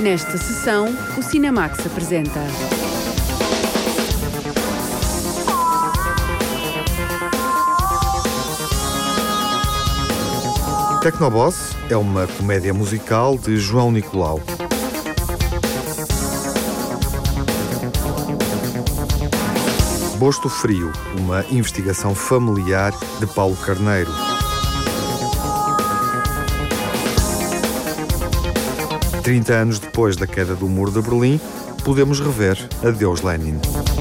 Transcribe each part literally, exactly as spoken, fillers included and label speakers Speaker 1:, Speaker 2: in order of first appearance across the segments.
Speaker 1: Nesta sessão, o Cinemax apresenta...
Speaker 2: Tecnoboss é uma comédia musical de João Nicolau. Bosto Frio, uma investigação familiar de Paulo Carneiro. trinta anos depois da queda do Muro de Berlim, podemos rever Adeus Lenin.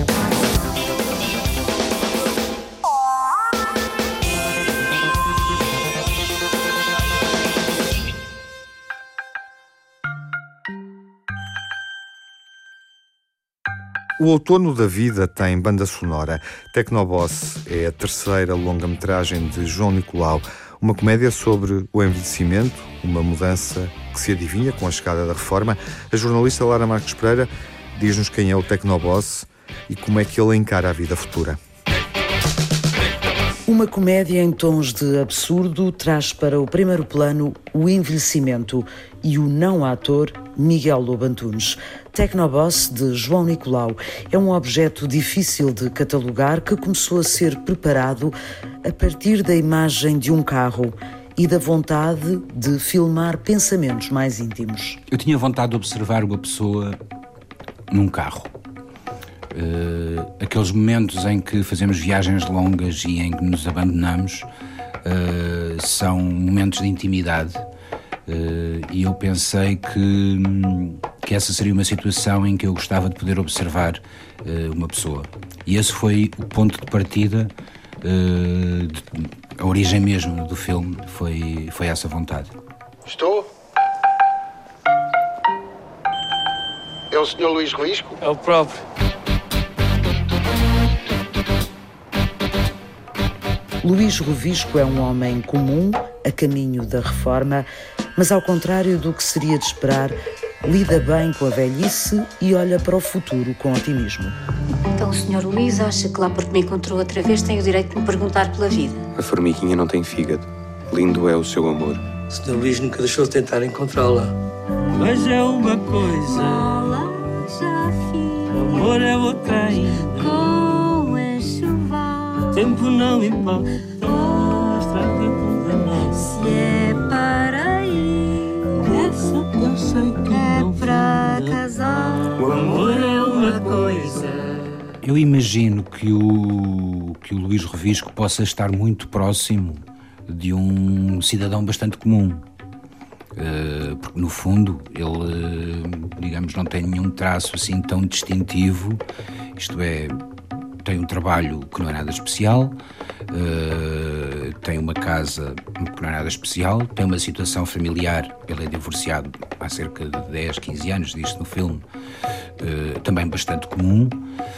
Speaker 2: O Outono da Vida tem banda sonora. Tecnoboss é a terceira longa-metragem de João Nicolau, uma comédia sobre o envelhecimento, uma mudança que se adivinha com a chegada da reforma. A jornalista Lara Marques Pereira diz-nos quem é o Tecnoboss e como é que ele encara a vida futura.
Speaker 3: Uma comédia em tons de absurdo traz para o primeiro plano o envelhecimento e o não-ator Miguel Lobo Antunes. Tecnoboss, de João Nicolau, é um objeto difícil de catalogar que começou a ser preparado a partir da imagem de um carro e da vontade de filmar pensamentos mais íntimos.
Speaker 4: Eu tinha vontade de observar uma pessoa num carro. Uh, aqueles momentos em que fazemos viagens longas e em que nos abandonamos uh, são momentos de intimidade uh, e eu pensei que, que essa seria uma situação em que eu gostava de poder observar uh, uma pessoa. E esse foi o ponto de partida, uh, de, a origem mesmo do filme foi, foi essa vontade.
Speaker 5: Estou? É o senhor Luís Rovisco?
Speaker 6: É o próprio.
Speaker 3: Luís Rovisco é um homem comum, a caminho da reforma, mas ao contrário do que seria de esperar, lida bem com a velhice e olha para o futuro com otimismo.
Speaker 7: Então o senhor Luís acha que lá porque me encontrou outra vez tem o direito de me perguntar pela vida?
Speaker 8: A formiguinha não tem fígado. Lindo é o seu amor.
Speaker 6: O senhor Luís nunca deixou de tentar encontrá-la. Mas é uma coisa, o amor é outra ainda. Tempo não importa, estraga toda.
Speaker 7: Se é para ir,
Speaker 6: essa eu sei que
Speaker 7: é
Speaker 6: não
Speaker 7: para
Speaker 6: fica.
Speaker 7: casar.
Speaker 6: O amor é uma coisa.
Speaker 4: Eu imagino que o, que o Luís Rovisco possa estar muito próximo de um cidadão bastante comum. Uh, porque no fundo ele, digamos, não tem nenhum traço assim tão distintivo, isto é, tem um trabalho que não é nada especial, uh, tem uma casa que não é nada especial, tem uma situação familiar, ele é divorciado há cerca de dez, quinze anos, diz-se no filme, uh, também bastante comum.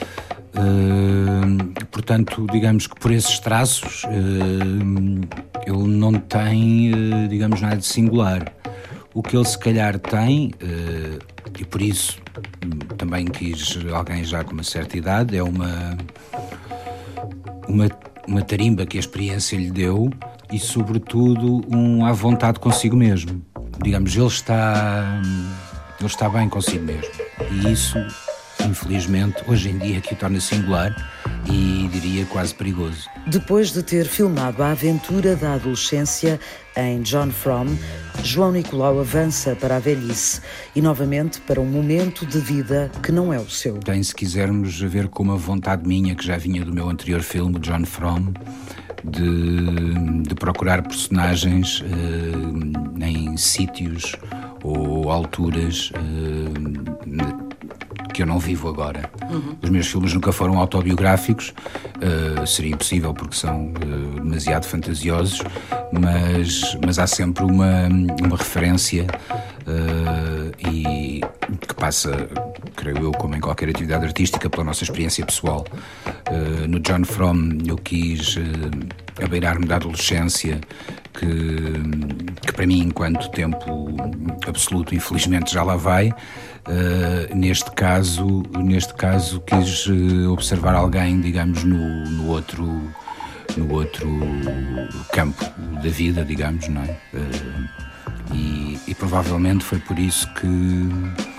Speaker 4: Uh, portanto, digamos que por esses traços uh, ele não tem, uh, digamos, nada de singular. O que ele se calhar tem, uh, e por isso também quis alguém já com uma certa idade, é uma, uma, uma tarimba que a experiência lhe deu e, sobretudo, um à vontade consigo mesmo. Digamos, ele está, ele está bem consigo mesmo. E isso, infelizmente, hoje em dia que o torna singular e, diria, quase perigoso.
Speaker 3: Depois de ter filmado a aventura da adolescência em John From, João Nicolau avança para a velhice e, novamente, para um momento de vida que não é o seu.
Speaker 4: Tem, se quisermos, a ver com uma vontade minha, que já vinha do meu anterior filme, John From, de, de procurar personagens uh, em sítios ou alturas uh, que eu não vivo agora. Uhum. Os meus filmes nunca foram autobiográficos, uh, seria impossível porque são uh, demasiado fantasiosos, mas, mas há sempre uma, uma referência uh, e que passa, creio eu, como em qualquer atividade artística, pela nossa experiência pessoal. Uh, no John From eu quis uh, abeirar-me da adolescência, que, que para mim, enquanto tempo absoluto, infelizmente já lá vai. Uh, neste caso, neste caso quis uh, observar alguém, digamos, no, no outro no outro campo da vida, digamos, não é? Uh, e, e provavelmente foi por isso que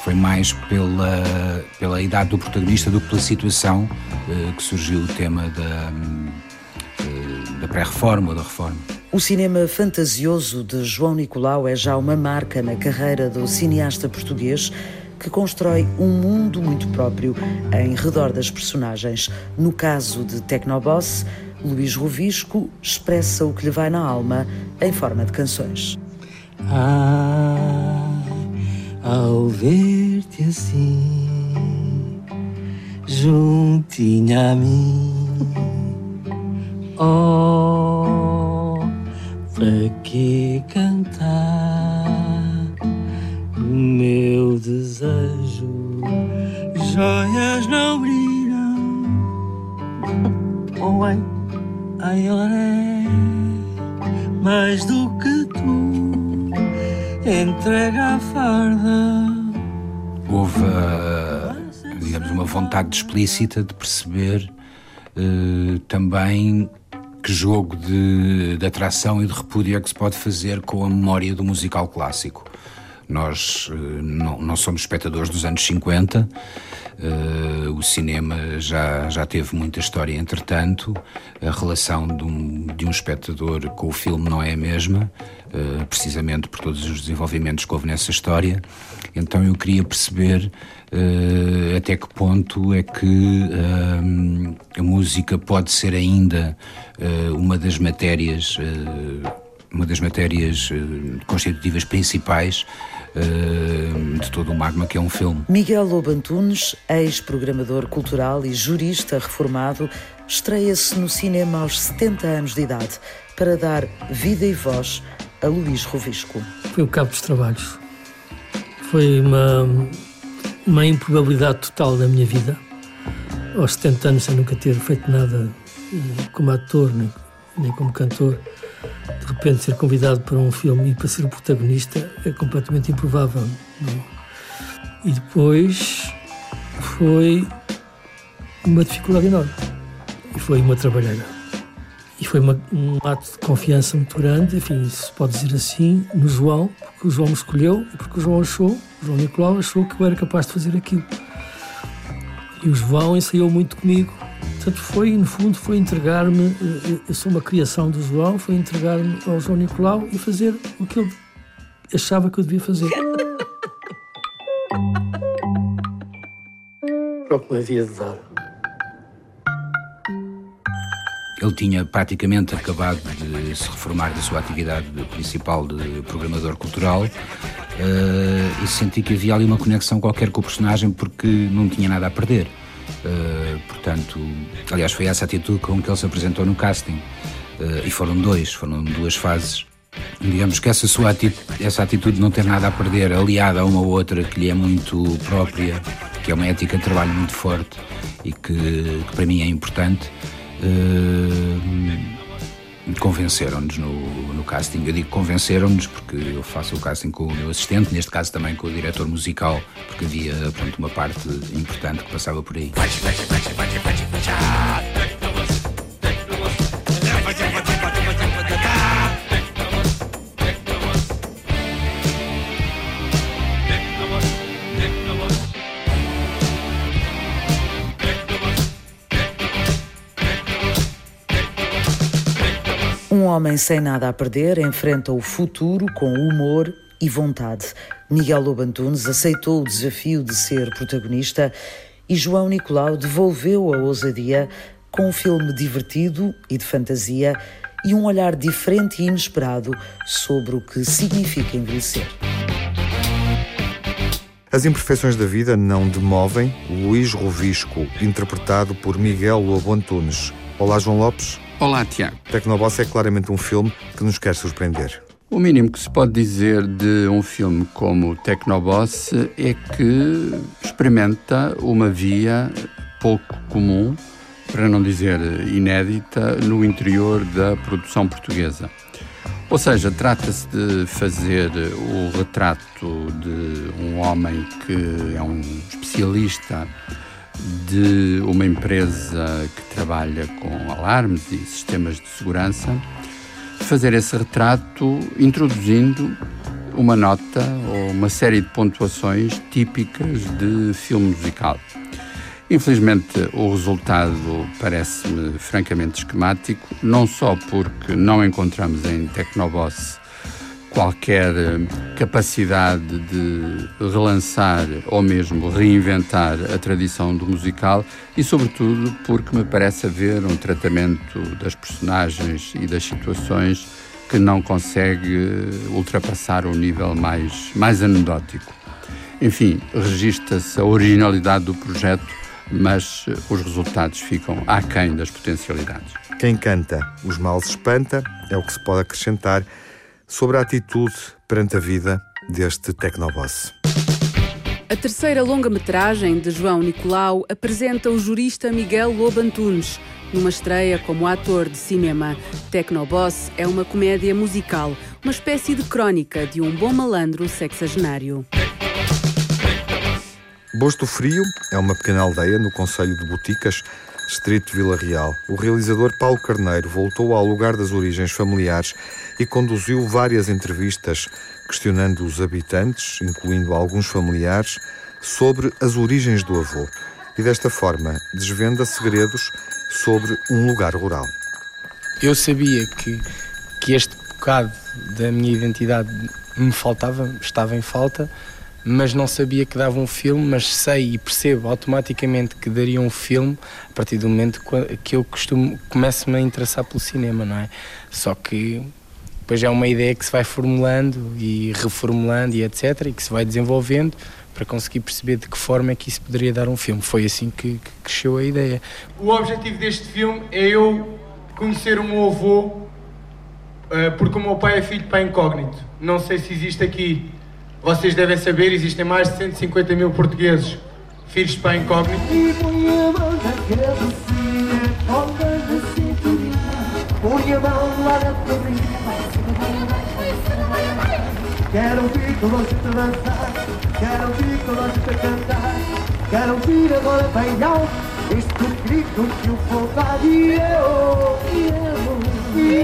Speaker 4: Foi mais pela, pela idade do protagonista do que pela situação uh, que surgiu o tema da, uh, da pré-reforma ou da reforma.
Speaker 3: O cinema fantasioso de João Nicolau é já uma marca na carreira do cineasta português que constrói um mundo muito próprio em redor das personagens. No caso de Tecnoboss, Luís Rovisco expressa o que lhe vai na alma em forma de canções.
Speaker 6: Ah, ao ver-te assim, juntinha a mim, oh, para que cantar o meu desejo? Joias não brilham, oh, ai, ai, ela é mais do que tu, entrega a farda.
Speaker 4: Houve, digamos, uma vontade explícita de perceber uh, também que jogo de, de atração e de repúdio é que se pode fazer com a memória do musical clássico. Nós uh, não, não somos espectadores dos anos cinquenta, uh, o cinema já, já teve muita história entretanto, a relação de um, de um espectador com o filme não é a mesma, uh, precisamente por todos os desenvolvimentos que houve nessa história. Então eu queria perceber uh, até que ponto é que uh, a música pode ser ainda uh, uma das matérias, uh, uma das matérias uh, constitutivas principais uh, de todo o magma que é um filme.
Speaker 3: Miguel Lobo Antunes, ex-programador cultural e jurista reformado, estreia-se no cinema aos setenta anos de idade para dar vida e voz a Luís Rovisco.
Speaker 9: Foi o cabo dos trabalhos. Foi uma, uma improbabilidade total da minha vida. Aos setenta anos, sem nunca ter feito nada como ator, nem, nem como cantor, de repente ser convidado para um filme e para ser o protagonista é completamente improvável. Não? E depois foi uma dificuldade enorme. E foi uma trabalheira. E foi uma, um ato de confiança muito grande, enfim, se pode dizer assim, no João, porque o João me escolheu e porque o João achou, o João Nicolau achou que eu era capaz de fazer aquilo. E o João ensaiou muito comigo. Portanto, foi, no fundo, foi entregar-me, eu sou uma criação do João, foi entregar-me ao João Nicolau e fazer o que ele achava que eu devia fazer.
Speaker 6: Para o que me havia de dar.
Speaker 4: Ele tinha praticamente acabado de se reformar da sua atividade principal de programador cultural uh, e senti que havia ali uma conexão qualquer com o personagem porque não tinha nada a perder. Uh, portanto, aliás, foi essa atitude com que ele se apresentou no casting. Uh, e foram dois, foram duas fases. Digamos que essa sua atitude, essa atitude de não ter nada a perder, aliada a uma ou outra que lhe é muito própria, que é uma ética de trabalho muito forte e que, que para mim é importante, Uh, convenceram-nos no, no casting. Eu digo convenceram-nos porque eu faço o casting com o meu assistente, neste caso também com o diretor musical, porque havia, portanto, uma parte importante que passava por aí.
Speaker 3: Um homem sem nada a perder enfrenta o futuro com humor e vontade. Miguel Lobo Antunes aceitou o desafio de ser protagonista e João Nicolau devolveu a ousadia com um filme divertido e de fantasia e um olhar diferente e inesperado sobre o que significa envelhecer.
Speaker 2: As imperfeições da vida não demovem. Luís Rovisco, interpretado por Miguel Lobo Antunes. Olá, João Lopes.
Speaker 10: Olá, Tiago.
Speaker 2: Tecnoboss é claramente um filme que nos quer surpreender.
Speaker 10: O mínimo que se pode dizer de um filme como Tecnoboss é que experimenta uma via pouco comum, para não dizer inédita, no interior da produção portuguesa. Ou seja, trata-se de fazer o retrato de um homem que é um especialista de uma empresa que trabalha com alarmes e sistemas de segurança, fazer esse retrato introduzindo uma nota ou uma série de pontuações típicas de filme musical. Infelizmente, o resultado parece-me francamente esquemático, não só porque não encontramos em Technoboss qualquer capacidade de relançar ou mesmo reinventar a tradição do musical e, sobretudo, porque me parece haver um tratamento das personagens e das situações que não consegue ultrapassar o nível mais, mais anedótico. Enfim, registra-se a originalidade do projeto, mas os resultados ficam aquém das potencialidades.
Speaker 2: Quem canta os males espanta é o que se pode acrescentar sobre a atitude perante a vida deste Technoboss.
Speaker 1: A terceira longa-metragem de João Nicolau apresenta o jurista Miguel Lobo Antunes, numa estreia como ator de cinema. Technoboss é uma comédia musical, uma espécie de crónica de um bom malandro sexagenário.
Speaker 2: Bosto Frio é uma pequena aldeia no concelho de Boticas, distrito de Vila Real. O realizador Paulo Carneiro voltou ao lugar das origens familiares e conduziu várias entrevistas questionando os habitantes, incluindo alguns familiares, sobre as origens do avô. E desta forma desvenda segredos sobre um lugar rural.
Speaker 11: Eu sabia que, que este bocado da minha identidade me faltava, estava em falta, mas não sabia que dava um filme, mas sei e percebo automaticamente que daria um filme a partir do momento que eu costumo, começo-me a interessar pelo cinema, não é? Só que depois é uma ideia que se vai formulando e reformulando e etcétera, e que se vai desenvolvendo para conseguir perceber de que forma é que isso poderia dar um filme. Foi assim que, que cresceu a ideia.
Speaker 12: O objetivo deste filme é eu conhecer o meu avô, porque o meu pai é filho para incógnito. Não sei se existe aqui. Vocês devem saber, existem mais de cento e cinquenta mil portugueses filhos de pai incógnito. Quero ouvir toda a gente dançar, quero ouvir toda a gente cantar, quero ouvir agora bem alto este grito que o fogo dá. E eu, e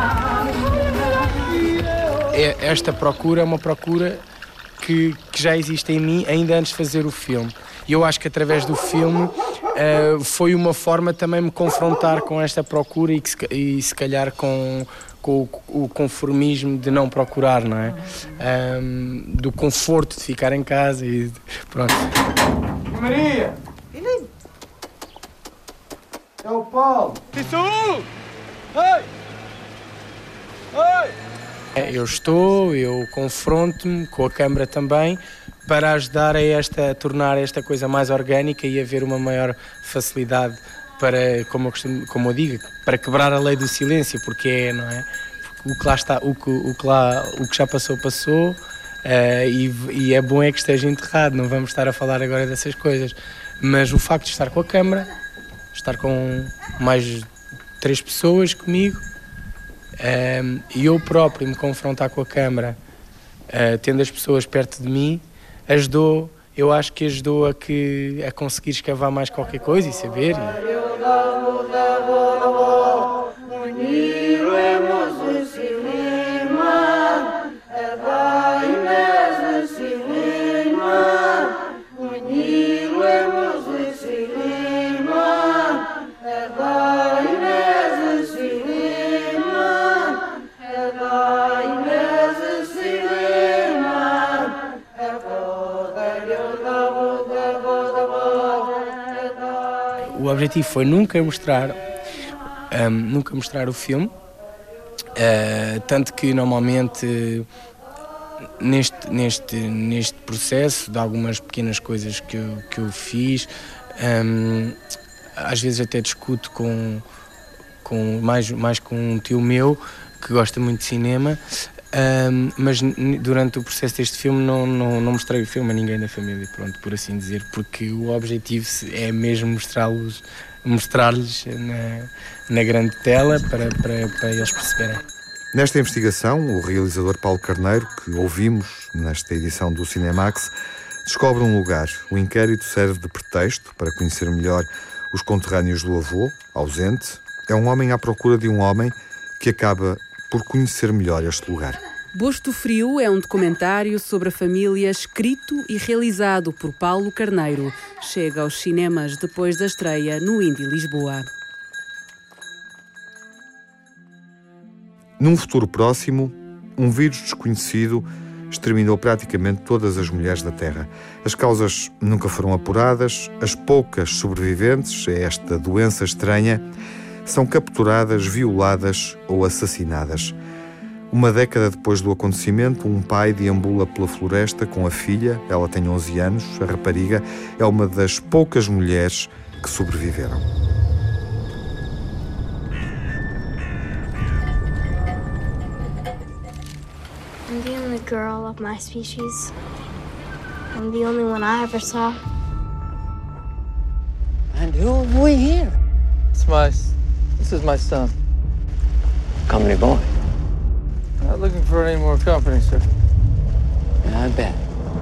Speaker 12: eu, e eu.
Speaker 11: Esta procura é uma procura Que, que já existe em mim ainda antes de fazer o filme. E eu acho que através do filme uh, foi uma forma também me confrontar com esta procura e, que, e se calhar com, com o, o conformismo de não procurar, não é? Um, do conforto de ficar em casa e pronto.
Speaker 12: Maria! É o Paulo! Isso! Ei! Ei!
Speaker 11: Eu estou, eu confronto-me com a câmara também para ajudar a, esta, a tornar esta coisa mais orgânica e haver uma maior facilidade para, como eu, costumo, como eu digo, para quebrar a lei do silêncio, porque é, não é? Porque o que lá está, o que, o que, lá, o que já passou, passou, uh, e, e é bom é que esteja enterrado, não vamos estar a falar agora dessas coisas. Mas o facto de estar com a câmara, estar com mais três pessoas comigo, Um, e eu próprio me confrontar com a câmara, uh, tendo as pessoas perto de mim, ajudou, eu acho que ajudou a, que, a conseguir escavar mais qualquer coisa e saber. E... O objetivo foi nunca mostrar, um, nunca mostrar o filme, uh, tanto que normalmente neste, neste, neste processo de algumas pequenas coisas que eu, que eu fiz, um, às vezes até discuto com, com mais, mais com um tio meu que gosta muito de cinema, um, mas durante o processo deste filme não, não, não mostrei o filme a ninguém da família, pronto, por assim dizer, porque o objetivo é mesmo mostrá-los, mostrar-lhes na, na grande tela para, para, para eles perceberem.
Speaker 2: Nesta investigação, o realizador Paulo Carneiro, que ouvimos nesta edição do Cinemax, descobre um lugar. O inquérito serve de pretexto para conhecer melhor os conterrâneos do avô, ausente. É um homem à procura de um homem que acaba por conhecer melhor este lugar.
Speaker 1: Bosto Frio é um documentário sobre a família escrito e realizado por Paulo Carneiro. Chega aos cinemas depois da estreia no Indie Lisboa.
Speaker 2: Num futuro próximo, um vírus desconhecido exterminou praticamente todas as mulheres da Terra. As causas nunca foram apuradas, as poucas sobreviventes a esta doença estranha são capturadas, violadas ou assassinadas. Uma década depois do acontecimento, um pai deambula pela floresta com a filha, ela tem onze anos, a rapariga é uma das poucas mulheres que sobreviveram.
Speaker 13: I'm the only girl of my species. I'm the only one I ever saw.
Speaker 14: And who are we here? It's my... This is my son.
Speaker 8: Company boy.
Speaker 14: Not looking for any more company, sir.
Speaker 8: I bet.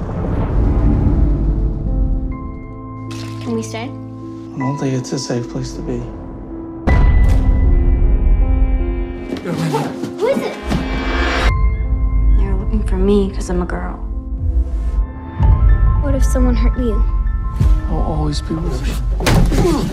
Speaker 13: Can we stay?
Speaker 14: I don't think it's a safe place to be.
Speaker 13: Who is it? They're looking for me because I'm a girl. What if someone hurt you?
Speaker 14: I'll always be with you.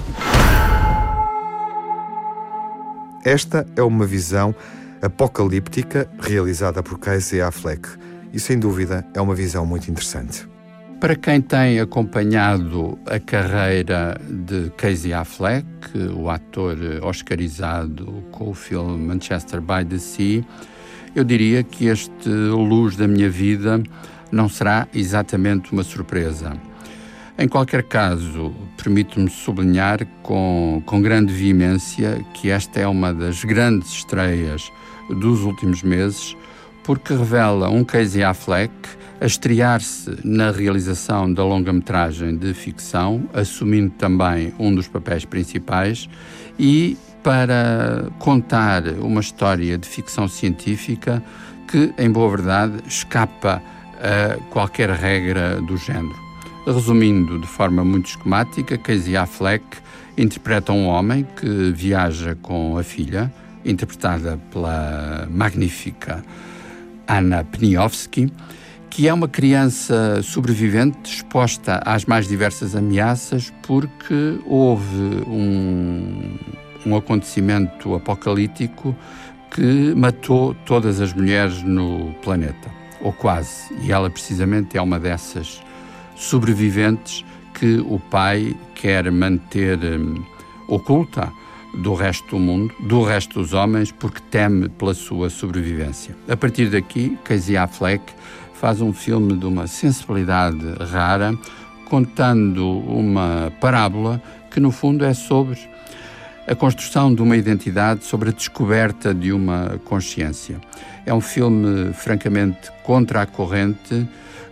Speaker 2: Esta é uma visão apocalíptica realizada por Casey Affleck e, sem dúvida, é uma visão muito interessante.
Speaker 10: Para quem tem acompanhado a carreira de Casey Affleck, o ator oscarizado com o filme Manchester by the Sea, eu diria que este Luz da Minha Vida não será exatamente uma surpresa. Em qualquer caso, permito-me sublinhar com, com grande veemência que esta é uma das grandes estreias dos últimos meses, porque revela um Casey Affleck a estrear-se na realização da longa-metragem de ficção, assumindo também um dos papéis principais, e para contar uma história de ficção científica que, em boa verdade, escapa a qualquer regra do género. Resumindo de forma muito esquemática, Casey Affleck interpreta um homem que viaja com a filha, interpretada pela magnífica Anna Pniowski, que é uma criança sobrevivente exposta às mais diversas ameaças porque houve um, um acontecimento apocalíptico que matou todas as mulheres no planeta, ou quase, e ela precisamente é uma dessas sobreviventes que o pai quer manter um, oculta do resto do mundo, do resto dos homens, porque teme pela sua sobrevivência. A partir daqui, Casey Affleck faz um filme de uma sensibilidade rara, contando uma parábola que, no fundo, é sobre a construção de uma identidade, sobre a descoberta de uma consciência. É um filme, francamente, contra a corrente,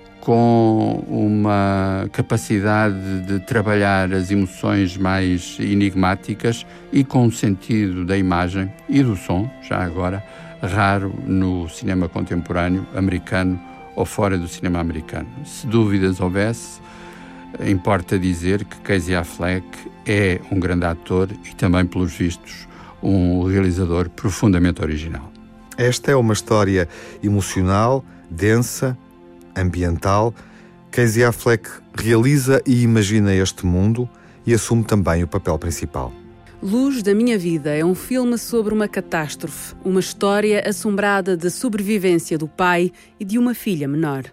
Speaker 10: com uma capacidade de trabalhar as emoções mais enigmáticas e com um sentido da imagem e do som, já agora, raro no cinema contemporâneo americano ou fora do cinema americano. Se dúvidas houvesse, importa dizer que Casey Affleck é um grande ator e também, pelos vistos, um realizador profundamente original.
Speaker 2: Esta é uma história emocional, densa, ambiental. Casey Affleck realiza e imagina este mundo e assume também o papel principal.
Speaker 1: Luz da Minha Vida é um filme sobre uma catástrofe, uma história assombrada de sobrevivência do pai e de uma filha menor.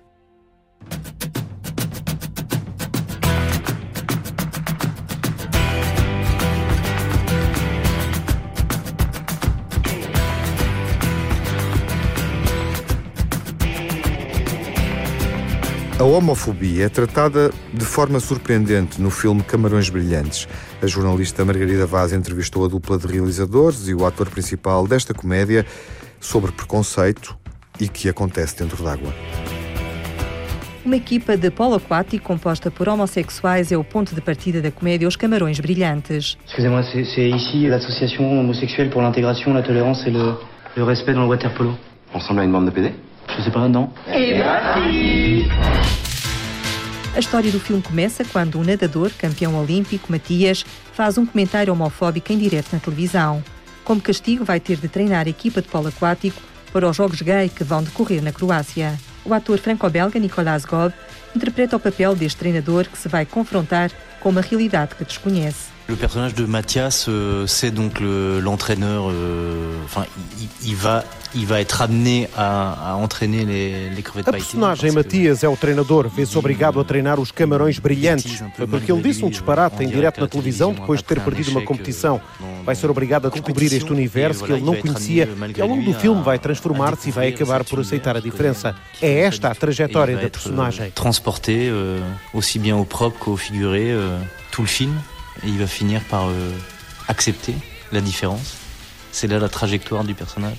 Speaker 2: A homofobia é tratada de forma surpreendente no filme Camarões Brilhantes. A jornalista Margarida Vaz entrevistou a dupla de realizadores e o ator principal desta comédia sobre preconceito e que acontece dentro d'água.
Speaker 15: Uma equipa de polo aquático composta por homossexuais é o ponto de partida da comédia Os Camarões Brilhantes.
Speaker 16: Excusez-moi, c'est, c'est ici l'association homosexuelle pour l'intégration, la tolérance et le, le respect dans le water polo.
Speaker 8: On ressemble à une bande de P D?
Speaker 16: Je sais pas, non.
Speaker 15: Et voici! A história do filme começa quando um nadador, campeão olímpico, Matias, faz um comentário homofóbico em direto na televisão. Como castigo, vai ter de treinar a equipa de polo aquático para os Jogos Gay que vão decorrer na Croácia. O ator franco-belga Nicolas Gob interpreta o papel deste treinador que se vai confrontar com uma realidade que desconhece.
Speaker 17: Le personnage de Mathias, euh, c'est donc le, l'entraîneur. Euh, enfin, il, il va, il va être amené à, à entraîner les, les crevettes
Speaker 18: pailletées. A personagem Matias é o treinador, vê-se obrigado a treinar os camarões brilhantes. Foi porque ele disse um disparate em direto na televisão depois de ter perdido uma competição. Vai ser obrigado a descobrir este universo que ele não conhecia e ao longo do filme vai transformar-se e vai acabar por aceitar a diferença. É esta a trajetória da personagem.
Speaker 17: Transporté euh, aussi bien au propre qu'au figuré euh, tout le film. Et il va finir par euh, accepter la différence. C'est là la trajectoire du personnage.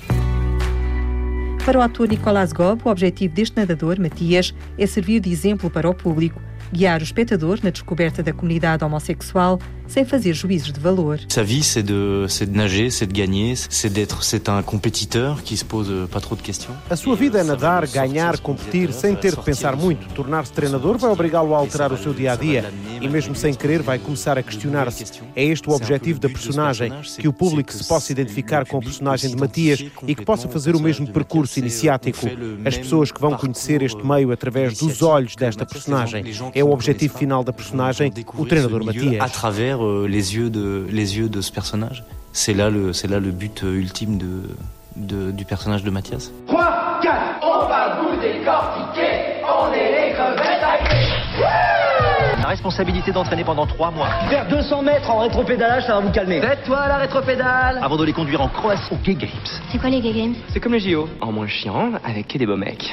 Speaker 15: Para o ator Nicolas Gob, o objetivo deste nadador, Matias, é servir de exemplo para o público, guiar o espectador na descoberta da comunidade homossexual sem fazer juízos de valor.
Speaker 17: Sa vie, c'est de, c'est de nager, c'est de gagner, c'est d'être, c'est un compétiteur qui se pose pas trop de questions.
Speaker 18: A sua vida é nadar, ganhar, competir, sem ter de pensar muito. Tornar-se treinador vai obrigá-lo a alterar o seu dia-a-dia e mesmo sem querer vai começar a questionar-se. É este o objetivo da personagem, que o público se possa identificar com o personagem de Matias e que possa fazer o mesmo percurso iniciático. As pessoas que vão conhecer este meio através dos olhos desta personagem. É o objetivo final da personagem, o treinador Matias.
Speaker 17: À travers euh, les yeux de les yeux de ce personnage, c'est là le c'est là le but ultime de, de du personnage de Mathias.
Speaker 19: trois, quatre, on va vous décortiquer, on est les crevettes aillées.
Speaker 20: La responsabilité d'entraîner pendant trois mois.
Speaker 21: Faire deux cents mètres en rétropédalage, ça va vous calmer.
Speaker 20: Faites-toi la rétropédale avant de les conduire en Croatie aux Gay Games.
Speaker 7: C'est quoi les Gay Games?
Speaker 20: C'est comme les J O, en moins chiant, avec que des beaux mecs.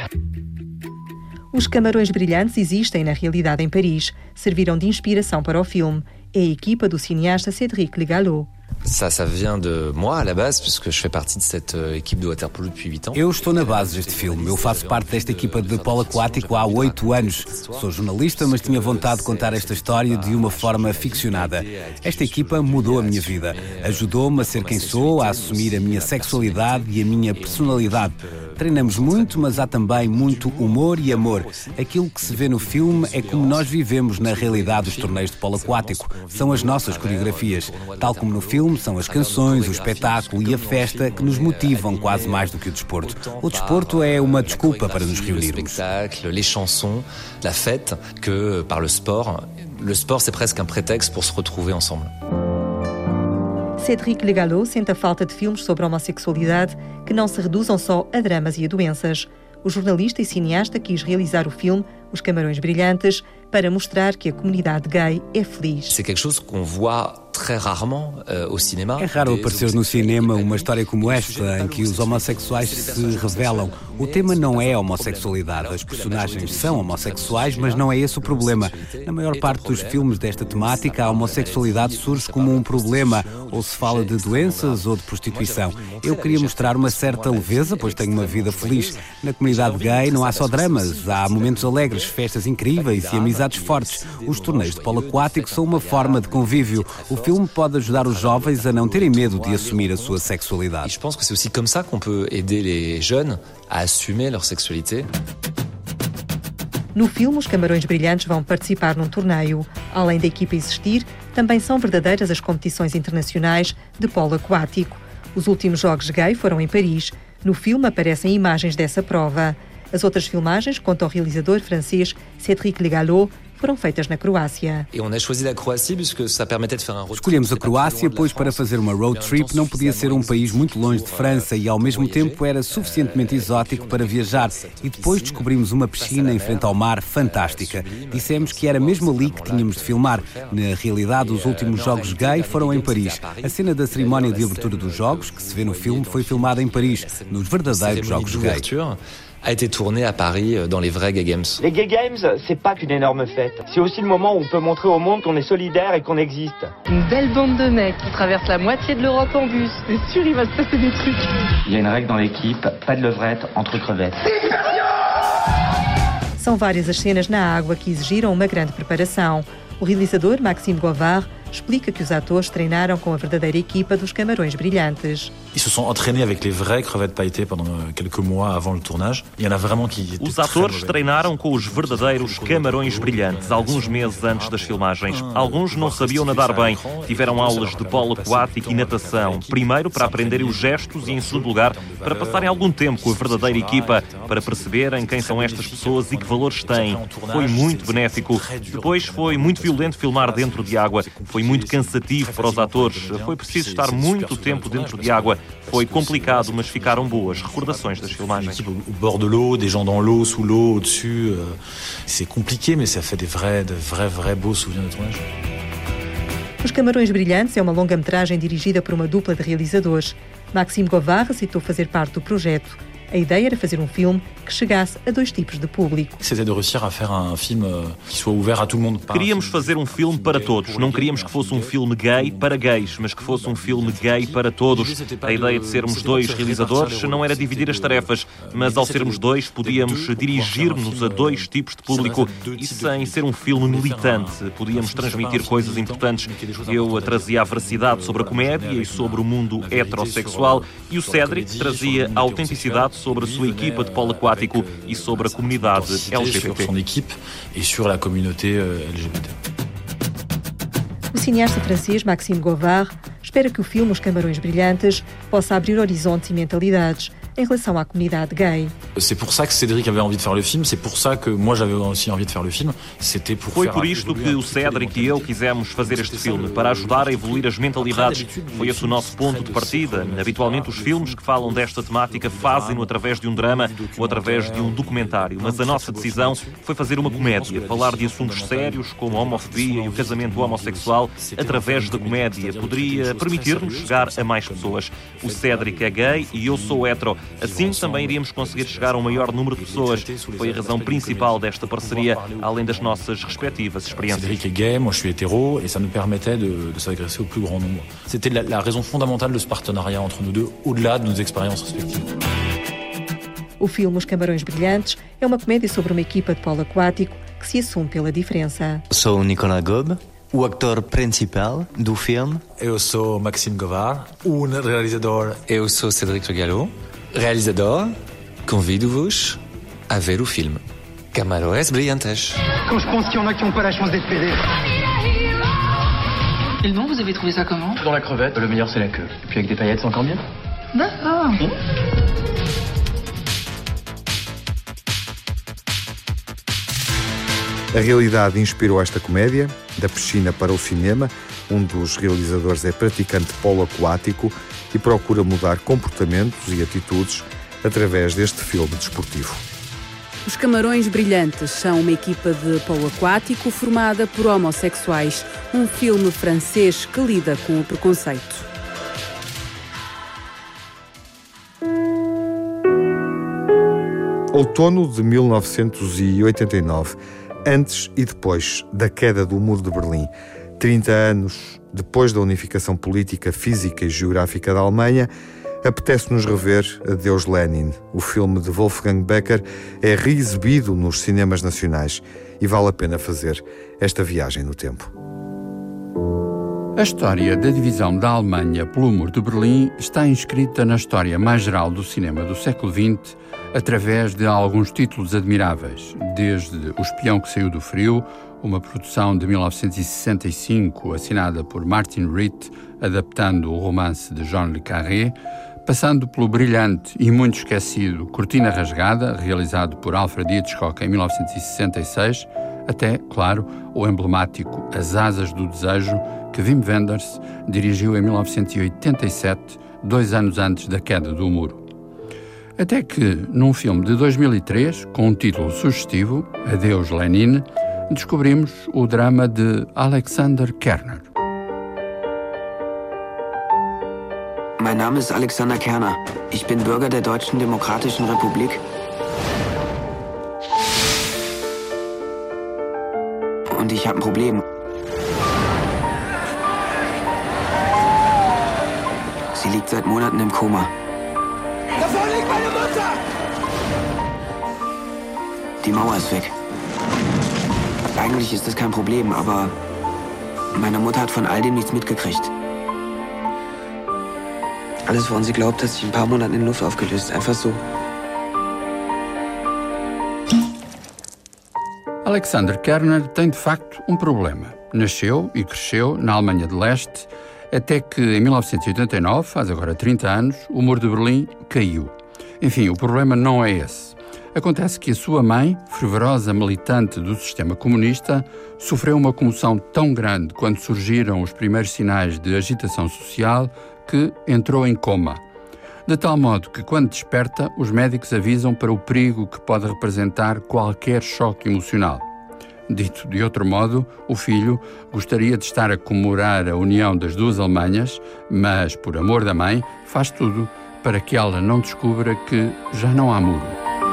Speaker 15: Os camarões brilhantes existem na realidade em Paris. Serviram de inspiração para o filme. É a equipa do cineasta Cédric Le Gallo.
Speaker 22: Ça, ça vient de moi à la base, puisque je fais partie de cette équipe de waterpolo depuis huit ans.
Speaker 4: Eu estou na base deste filme. Eu faço parte desta equipa de polo aquático há oito anos. Sou jornalista, mas tinha vontade de contar esta história de uma forma ficcionada. Esta equipa mudou a minha vida. Ajudou-me a ser quem sou, a assumir a minha sexualidade e a minha personalidade. Treinamos muito, mas há também muito humor e amor. Aquilo que se vê no filme é como nós vivemos na realidade dos torneios de polo aquático. São as nossas coreografias. Tal como no filme, são as canções, o espetáculo e a festa que nos motivam quase mais do que o desporto. O desporto é uma desculpa para nos reunirmos.
Speaker 22: Les chansons, la fête, que par le sport, le sport c'est presque un prétexte pour se retrouver ensemble.
Speaker 15: Cédric Le Gallo sente a falta de filmes sobre a homossexualidade que não se reduzam só a dramas e a doenças. O jornalista e cineasta quis realizar o filme Os Camarões Brilhantes para mostrar que a comunidade gay é feliz.
Speaker 22: C'est quelque chose qu'on voit très rarement euh, au cinéma.
Speaker 4: É raro aparecer no cinema uma história como esta, em que os homossexuais se revelam. O tema não é a homossexualidade. As personagens são homossexuais, mas não é esse o problema. Na maior parte dos filmes desta temática, a homossexualidade surge como um problema, ou se fala de doenças ou de prostituição. Eu queria mostrar uma certa leveza, pois tenho uma vida feliz. Na comunidade gay não há só dramas, há momentos alegres, festas incríveis e amizades fortes. Os torneios de polo aquático são uma forma de convívio. O filme pode ajudar os jovens a não terem medo de assumir a sua sexualidade.
Speaker 22: Je pense que c'est aussi comme ça qu'on peut aider les jeunes à assumer leur sexualité.
Speaker 15: No filme, os Camarões Brilhantes vão participar num torneio. Além da equipa existir, também são verdadeiras as competições internacionais de polo aquático. Os últimos Jogos Gay foram em Paris. No filme aparecem imagens dessa prova. As outras filmagens, conta o realizador francês Cédric Le Gallo, foram feitas na Croácia.
Speaker 4: Escolhemos a Croácia, pois para fazer uma road trip não podia ser um país muito longe de França e ao mesmo tempo era suficientemente exótico para viajar. E depois descobrimos uma piscina em frente ao mar fantástica. Dissemos que era mesmo ali que tínhamos de filmar. Na realidade, os últimos Jogos Gay foram em Paris. A cena da cerimónia de abertura dos Jogos, que se vê no filme, foi filmada em Paris, nos verdadeiros Jogos Gay.
Speaker 22: A été tourné à Paris dans les vrais Gay Games.
Speaker 21: Les Gay Games, c'est pas qu'une énorme fête. C'est aussi le moment où on peut montrer au monde qu'on est solidaire et qu'on existe.
Speaker 23: Une belle bande de mecs qui traversent la moitié de l'Europe en bus. C'est sûr, il va se passer des trucs.
Speaker 16: Il y a une règle dans l'équipe, pas de levrette entre crevettes.
Speaker 15: São várias as cenas na água que exigiram uma grande preparação. O realizador Maxime Govard explica que os atores treinaram com a verdadeira equipa dos Camarões Brilhantes.
Speaker 5: Ils se sont entraînés avec les vraies crevettes pailletées pendant quelques mois avant le tournage. Il y en a vraiment qui étaient
Speaker 6: Os atores treinaram com os verdadeiros camarões brilhantes alguns meses antes das filmagens. Alguns não sabiam nadar bem, tiveram aulas de polo aquático e natação. Primeiro para aprenderem os gestos e, em segundo lugar, para passarem algum tempo com a verdadeira equipa, para perceberem quem são estas pessoas e que valores têm. Foi muito benéfico. Depois foi muito violento filmar dentro de água. Foi muito cansativo para os atores. Foi preciso estar muito tempo dentro de água. Foi complicado, mas ficaram boas recordações das filmagens.
Speaker 5: Au bord de l'eau, des gens dans l'eau, sous l'eau, au-dessus. Euh, c'est compliqué, mais ça fait des vrais, de vrais, vrais beaux souvenirs de tournage.
Speaker 15: Os Camarões Brilhantes é uma longa-metragem dirigida por uma dupla de realizadores. Maxime Govard aceitou fazer parte do projeto. A ideia era fazer um filme que chegasse a dois tipos de público.
Speaker 5: C'était de réussir à faire un film qui soit ouvert à tout le monde.
Speaker 6: Queríamos fazer um filme para todos. Não queríamos que fosse um filme gay para gays, mas que fosse um filme gay para todos. A ideia de sermos dois realizadores não era dividir as tarefas, mas ao sermos dois podíamos dirigir-nos a dois tipos de público e sem ser um filme militante. Podíamos transmitir coisas importantes. Eu trazia a veracidade sobre a comédia e sobre o mundo heterossexual e o Cédric trazia a autenticidade sobre a sua equipa de polo aquático e sobre a comunidade L G B T.
Speaker 5: Sur son équipe et sur la communauté L G B T.
Speaker 15: O cineasta francês Maxime Govard espera que o filme Os Camarões Brilhantes possa abrir horizontes e mentalidades em relação à comunidade gay.
Speaker 5: C'est pour ça que Cédric avait envie de faire le film, c'est pour ça que moi j'avais aussi envie de faire le film, c'était pour
Speaker 6: Foi por isto que o Cédric e eu quisemos fazer este filme, para ajudar a evoluir as mentalidades. Foi esse o nosso ponto de partida. Habitualmente os filmes que falam desta temática fazem-no através de um drama ou através de um documentário, mas a nossa decisão foi fazer uma comédia, falar de assuntos sérios como a homofobia e o casamento homossexual através da comédia. Poderia permitir-nos chegar a mais pessoas. O Cédric é gay e eu sou hetero. Assim também iríamos conseguir chegar a um maior número de pessoas. Foi a razão principal desta parceria, além das nossas respectivas experiências.
Speaker 5: Cédric est gay, moi je suis hétéro, et ça nous permettait de, de s'adresser au plus grand nombre. C'était la, la raison fondamentale de ce partenariat entre nous deux, au-delà de nos expériences respectives.
Speaker 15: O filme Os Camarões Brilhantes é uma comédia sobre uma equipa de polo aquático que se assume pela diferença.
Speaker 9: Sou Nicolas Gobe, o ator principal do filme.
Speaker 5: Eu sou Maxime Govard, o realizador.
Speaker 22: Eu sou Cédric Regalo, realizador. Convido-vos a ver o filme Camarões Brilhantes.
Speaker 24: Quand je pense qu'il y en a qui n'ont pas la chance d'être pédés.
Speaker 23: Et le nom, vous avez trouvé ça comment?
Speaker 14: Dans la crevette, le meilleur c'est la queue. Et puis avec des paillettes, c'est encore mieux.
Speaker 23: D'accord.
Speaker 14: Mmh.
Speaker 2: A realidade inspirou esta comédia, da piscina para o cinema. Um dos realizadores é praticante de polo aquático e procura mudar comportamentos e atitudes através deste filme desportivo.
Speaker 1: Os Camarões Brilhantes são uma equipa de polo aquático formada por homossexuais. Um filme francês que lida com o preconceito.
Speaker 2: Outono de mil novecentos e oitenta e nove, antes e depois da queda do Muro de Berlim. trinta anos depois da unificação política, física e geográfica da Alemanha, apetece-nos rever Adeus Lenin. O filme de Wolfgang Becker é reexibido nos cinemas nacionais e vale a pena fazer esta viagem no tempo.
Speaker 10: A história da divisão da Alemanha pelo Muro de Berlim está inscrita na história mais geral do cinema do século vinte através de alguns títulos admiráveis, desde O Espião que Saiu do Frio, uma produção de mil novecentos e sessenta e cinco assinada por Martin Ritt, adaptando o romance de Jean Le Carré, passando pelo brilhante e muito esquecido Cortina Rasgada, realizado por Alfred Hitchcock em mil novecentos e sessenta e seis, até, claro, o emblemático As Asas do Desejo, que Wim Wenders dirigiu em mil novecentos e oitenta e sete, dois anos antes da queda do muro. Até que, num filme de dois mil e três, com um título sugestivo, Adeus Lenin, descobrimos o drama de Alexander Kerner.
Speaker 25: Mein Name ist Alexander Kerner. Ich bin Bürger der Deutschen Demokratischen Republik. Und ich habe ein Problem. Sie liegt seit Monaten im Koma.
Speaker 19: Da vorne liegt meine Mutter!
Speaker 25: Die Mauer ist weg. Eigentlich ist das kein Problem, aber meine Mutter hat von all dem nichts mitgekriegt. Alles, woran sie glaubt, hat sich in ein paar Monaten in Luft aufgelöst. Einfach so.
Speaker 10: Alexander Kerner tem, de facto, um problema. Nasceu e cresceu na Alemanha de Leste, até que, em mil novecentos e oitenta e nove, faz agora trinta anos, o muro de Berlim caiu. Enfim, o problema não é esse. Acontece que a sua mãe, fervorosa militante do sistema comunista, sofreu uma comoção tão grande quando surgiram os primeiros sinais de agitação social que entrou em coma. De tal modo que, quando desperta, os médicos avisam para o perigo que pode representar qualquer choque emocional. Dito de outro modo, o filho gostaria de estar a comemorar a união das duas Alemanhas, mas, por amor da mãe, faz tudo para que ela não descubra que já não há muro.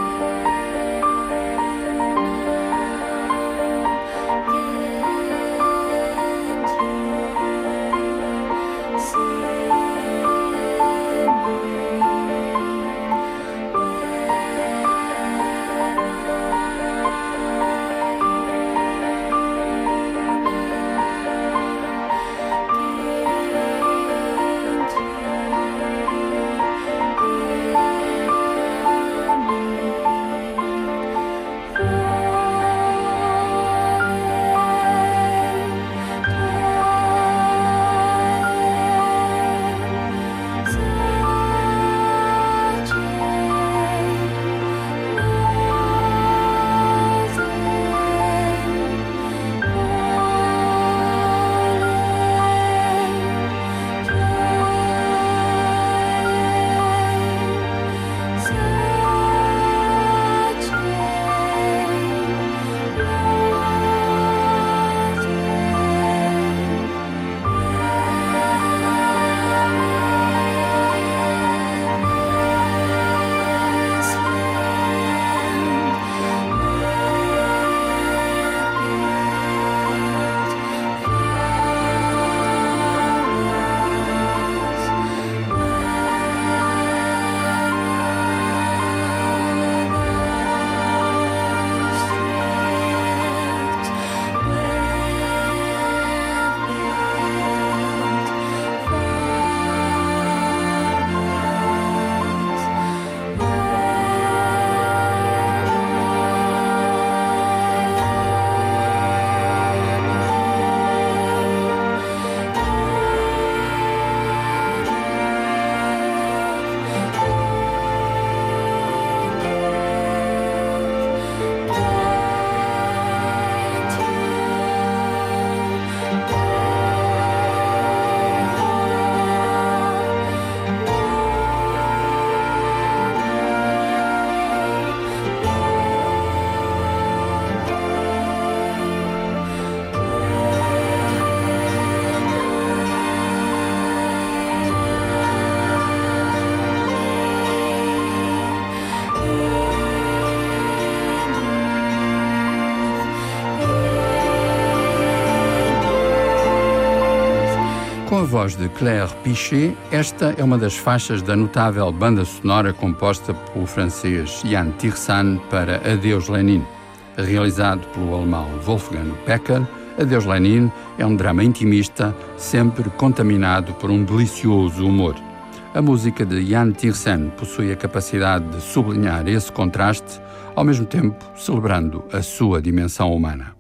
Speaker 10: Com a voz de Claire Pichet, esta é uma das faixas da notável banda sonora composta pelo francês Jan Tiersen para Adeus Lenin. Realizado pelo alemão Wolfgang Becker, Adeus Lenin é um drama intimista, sempre contaminado por um delicioso humor. A música de Jan Tiersen possui a capacidade de sublinhar esse contraste, ao mesmo tempo celebrando a sua dimensão humana.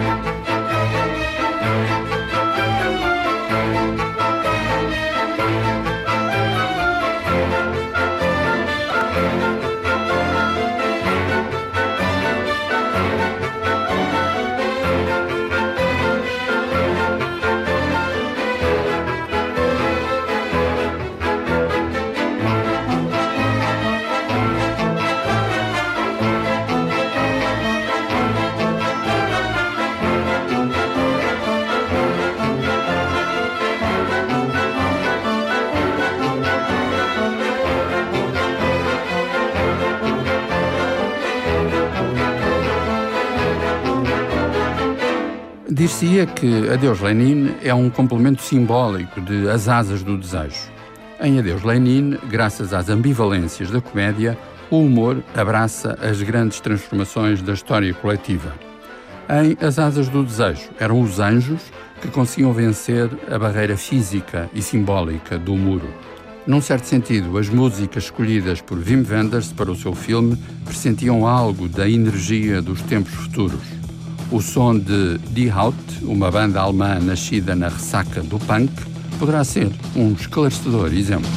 Speaker 10: Dir-se-ia que Adeus Lenin é um complemento simbólico de As Asas do Desejo. Em Adeus Lenin, graças às ambivalências da comédia, o humor abraça as grandes transformações da história coletiva. Em As Asas do Desejo, eram os anjos que conseguiam vencer a barreira física e simbólica do muro. Num certo sentido, as músicas escolhidas por Wim Wenders para o seu filme pressentiam algo da energia dos tempos futuros. O som de Die Haut, uma banda alemã nascida na ressaca do punk, poderá ser um esclarecedor exemplo.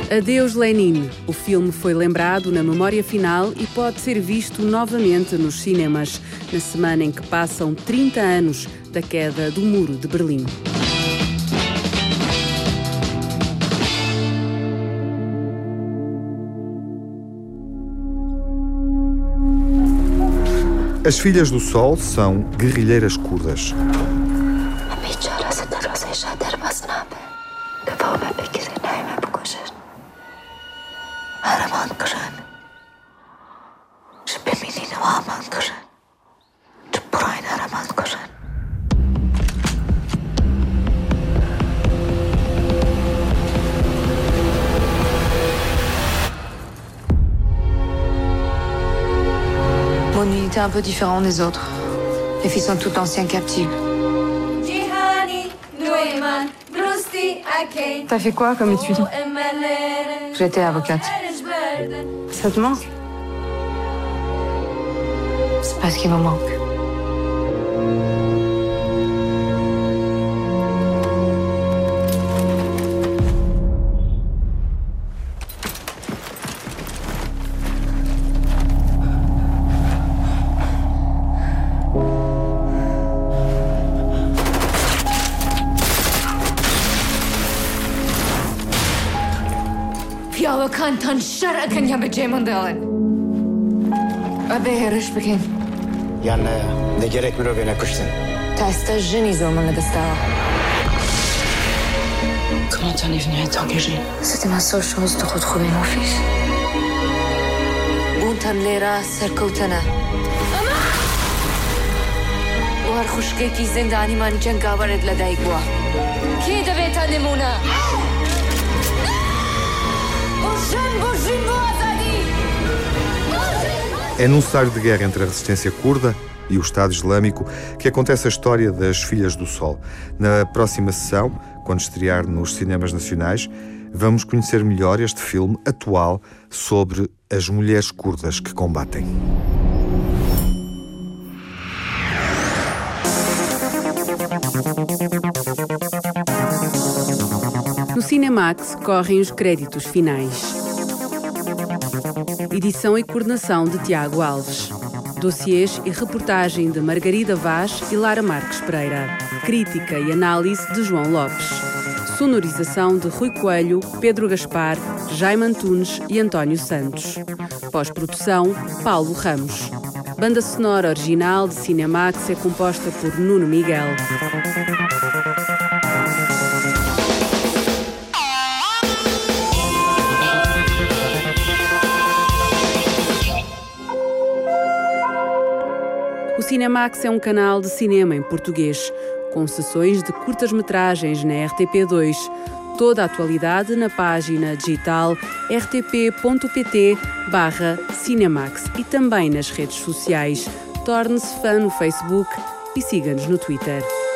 Speaker 1: Adeus Lenin. O filme foi lembrado na memória final e pode ser visto novamente nos cinemas, na semana em que passam trinta anos da queda do Muro de Berlim.
Speaker 2: As Filhas do Sol são guerrilheiras curdas.
Speaker 7: Mon unité est un peu différente des autres. Les filles sont toutes anciennes captives. T'as fait quoi comme étude? J'étais avocate. Ça te manque? C'est pas ce qui me manque.
Speaker 23: يا كان تنشر كان يا بجيمون دالن أبي هرش بكين
Speaker 3: Yani ne gerek mi beni kuştun?
Speaker 23: T'as jeune homme de star.
Speaker 7: Comment t'en es venu à t'engager? C'était ma seule chance de retrouver mon fils.
Speaker 23: بونتن ليرا سركوتنا وهالخشكي كي زنداني من جنگا ورد لدايقوا كي دبيت نمونا
Speaker 2: É num cenário de guerra entre a resistência curda e o Estado Islâmico que acontece a história das Filhas do Sol. Na próxima sessão, quando estrear nos cinemas nacionais, vamos conhecer melhor este filme atual sobre as mulheres curdas que combatem.
Speaker 1: No Cinemax correm os créditos finais. Edição e coordenação de Tiago Alves. Dossiês e reportagem de Margarida Vaz e Lara Marques Pereira. Crítica e análise de João Lopes. Sonorização de Rui Coelho, Pedro Gaspar, Jaime Antunes e António Santos. Pós-produção, Paulo Ramos. Banda sonora original de Cinemax é composta por Nuno Miguel. O Cinemax é um canal de cinema em português, com sessões de curtas-metragens na R T P dois. Toda a atualidade na página digital r t p ponto p t barra Cinemax e também nas redes sociais. Torne-se fã no Facebook e siga-nos no Twitter.